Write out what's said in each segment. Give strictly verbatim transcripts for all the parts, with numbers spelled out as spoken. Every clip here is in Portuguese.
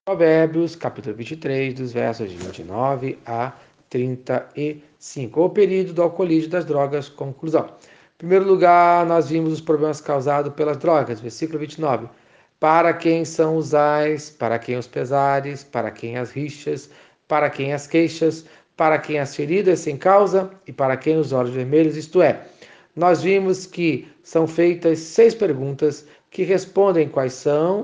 Provérbios, capítulo vinte e três, dos versos de vinte e nove a trinta e cinco. O período do alcoolismo das drogas, conclusão. Em primeiro lugar, nós vimos os problemas causados pelas drogas, versículo vinte e nove. Para quem são os ais, para quem os pesares, para quem as rixas, para quem as queixas, para quem as feridas sem causa e para quem os olhos vermelhos, isto é, nós vimos que são feitas seis perguntas que respondem quais são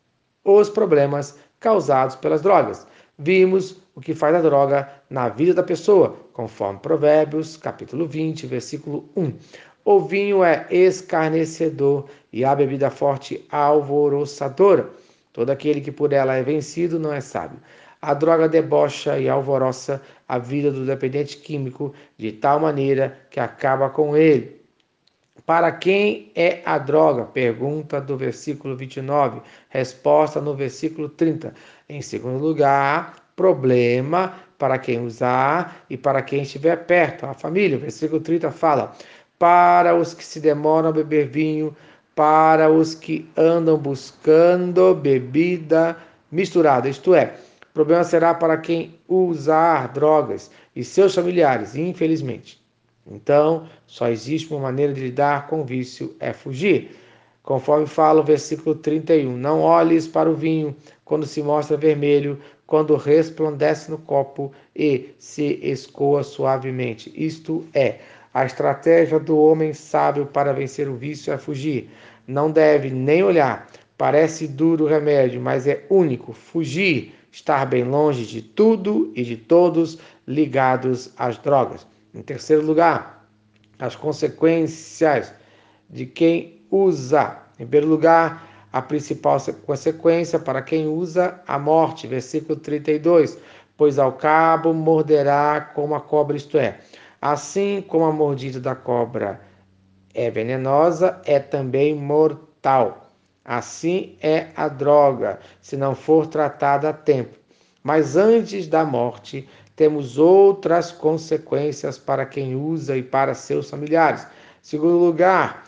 os problemas causados pelas drogas. Vimos o que faz a droga na vida da pessoa, conforme Provérbios, capítulo vinte, versículo um. O vinho é escarnecedor e a bebida forte alvoroçadora. Todo aquele que por ela é vencido não é sábio. A droga debocha e alvoroça a vida do dependente químico de tal maneira que acaba com ele. Para quem é a droga? Pergunta do versículo vinte e nove. Resposta no versículo trinta. Em segundo lugar, problema para quem usar e para quem estiver perto. A família. O versículo trinta fala: para os que se demoram a beber vinho, para os que andam buscando bebida misturada. Isto é, o problema será para quem usar drogas e seus familiares, infelizmente. Então, só existe uma maneira de lidar com o vício, é fugir. Conforme fala o versículo trinta e um, não olhes para o vinho quando se mostra vermelho, quando resplandece no copo e se escoa suavemente. Isto é, a estratégia do homem sábio para vencer o vício é fugir. Não deve nem olhar. Parece duro o remédio, mas é único. Fugir, estar bem longe de tudo e de todos ligados às drogas. Em terceiro lugar, as consequências de quem usa. Em primeiro lugar, a principal consequência para quem usa, a morte. Versículo trinta e dois. Pois ao cabo morderá como a cobra, isto é, assim como a mordida da cobra é venenosa, é também mortal. Assim é a droga, se não for tratada a tempo. Mas antes da morte, temos outras consequências para quem usa e para seus familiares. Segundo lugar,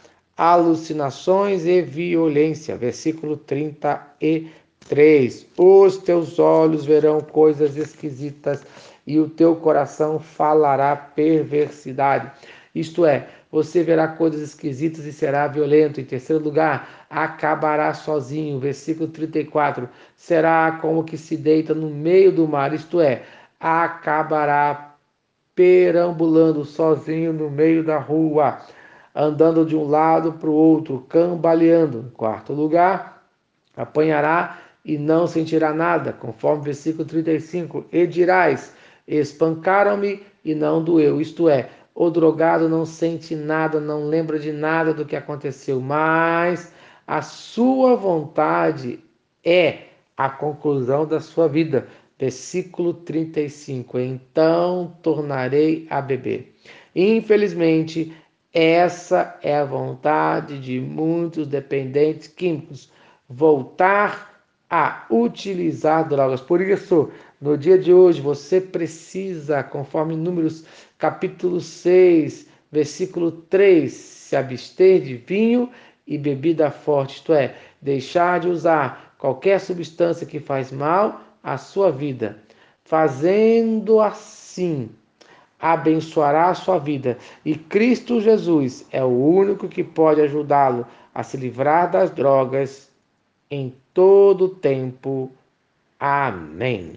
alucinações e violência. Versículo trinta e três. Os teus olhos verão coisas esquisitas e o teu coração falará perversidade. Isto é, você verá coisas esquisitas e será violento. Em terceiro lugar, acabará sozinho. Versículo trinta e quatro. Será como que se deita no meio do mar, isto é, acabará perambulando sozinho no meio da rua, andando de um lado para o outro, cambaleando. Em quarto lugar, apanhará e não sentirá nada, conforme versículo trinta e cinco. E dirás, espancaram-me e não doeu, isto é, o drogado não sente nada, não lembra de nada do que aconteceu, mas a sua vontade é a conclusão da sua vida. Versículo trinta e cinco. Então tornarei a beber. Infelizmente, essa é a vontade de muitos dependentes químicos, voltar a utilizar drogas. Por isso, no dia de hoje, você precisa, conforme Números capítulo seis, versículo três, se abster de vinho e bebida forte, isto é, deixar de usar qualquer substância que faz mal à sua vida. Fazendo assim, abençoará a sua vida. E Cristo Jesus é o único que pode ajudá-lo a se livrar das drogas em todo o tempo. Amém.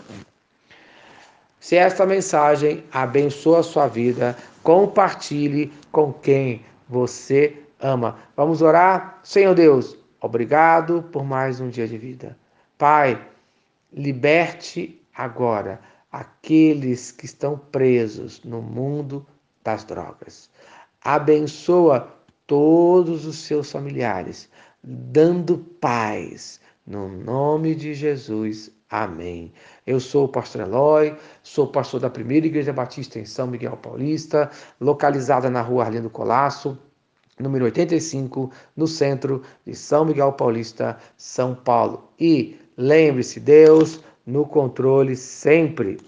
Se esta mensagem abençoa a sua vida, compartilhe com quem você ama. Vamos orar? Senhor Deus, obrigado por mais um dia de vida. Pai, liberte agora aqueles que estão presos no mundo das drogas. Abençoa todos os seus familiares, dando paz, no nome de Jesus. Amém. Eu sou o pastor Eloy, sou pastor da Primeira Igreja Batista em São Miguel Paulista, localizada na rua Arlindo Colasso, número oitenta e cinco, no centro de São Miguel Paulista, São Paulo. E lembre-se, Deus no controle sempre.